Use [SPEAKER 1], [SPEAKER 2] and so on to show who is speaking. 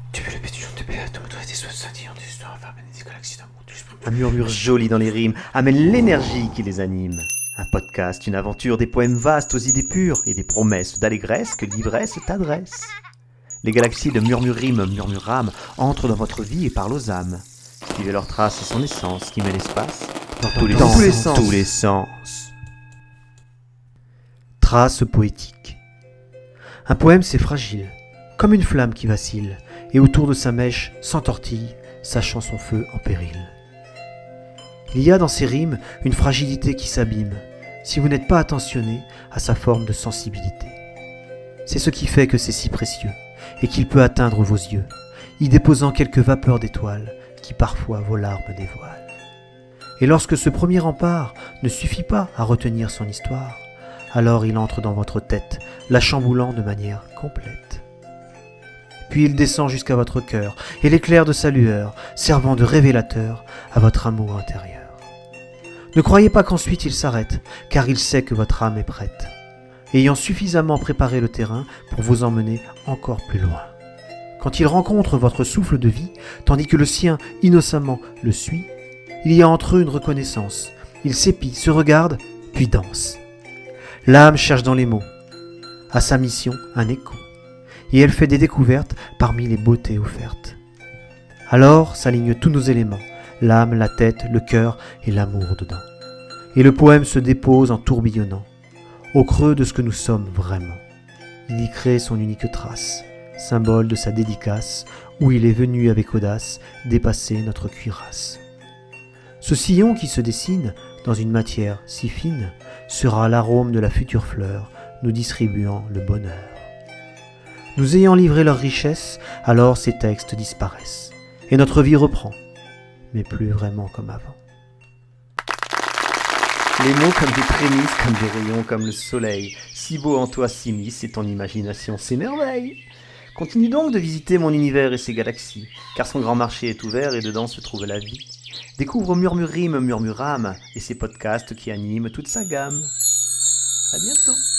[SPEAKER 1] Un murmure joli dans les rimes amène l'énergie qui les anime. Un podcast, une aventure, des poèmes vastes aux idées pures et des promesses d'allégresse que l'ivresse t'adresse. Les galaxies de murmurime, murmurame entrent dans votre vie et parlent aux âmes. Suivez leurs traces et son essence qui met l'espace dans tous les sens. Traces poétiques. Un poème, c'est fragile, comme une flamme qui vacille, et autour de sa mèche s'entortille, sachant son feu en péril. Il y a dans ces rimes une fragilité qui s'abîme, si vous n'êtes pas attentionné à sa forme de sensibilité. C'est ce qui fait que c'est si précieux, et qu'il peut atteindre vos yeux, y déposant quelques vapeurs d'étoiles qui parfois vos larmes dévoilent. Et lorsque ce premier rempart ne suffit pas à retenir son histoire, alors il entre dans votre tête, la chamboulant de manière complète. Puis il descend jusqu'à votre cœur, et l'éclair de sa lueur, servant de révélateur à votre amour intérieur. Ne croyez pas qu'ensuite il s'arrête, car il sait que votre âme est prête, ayant suffisamment préparé le terrain pour vous emmener encore plus loin. Quand il rencontre votre souffle de vie, tandis que le sien innocemment le suit, il y a entre eux une reconnaissance. Ils s'épient, se regardent, puis dansent. L'âme cherche dans les mots, à sa mission un écho, et elle fait des découvertes parmi les beautés offertes. Alors s'alignent tous nos éléments, l'âme, la tête, le cœur et l'amour dedans. Et le poème se dépose en tourbillonnant, au creux de ce que nous sommes vraiment. Il y crée son unique trace, symbole de sa dédicace, où il est venu avec audace dépasser notre cuirasse. Ce sillon qui se dessine dans une matière si fine sera l'arôme de la future fleur, nous distribuant le bonheur. Nous ayant livré leur richesse, alors ces textes disparaissent, et notre vie reprend, mais plus vraiment comme avant. Les mots comme des prémices, comme des rayons, comme le soleil, si beau en toi s'immisce et ton imagination s'émerveille. Continue donc de visiter mon univers et ses galaxies, car son grand marché est ouvert et dedans se trouve la vie. Découvre Murmurime, Murmurame et ses podcasts qui animent toute sa gamme. À bientôt.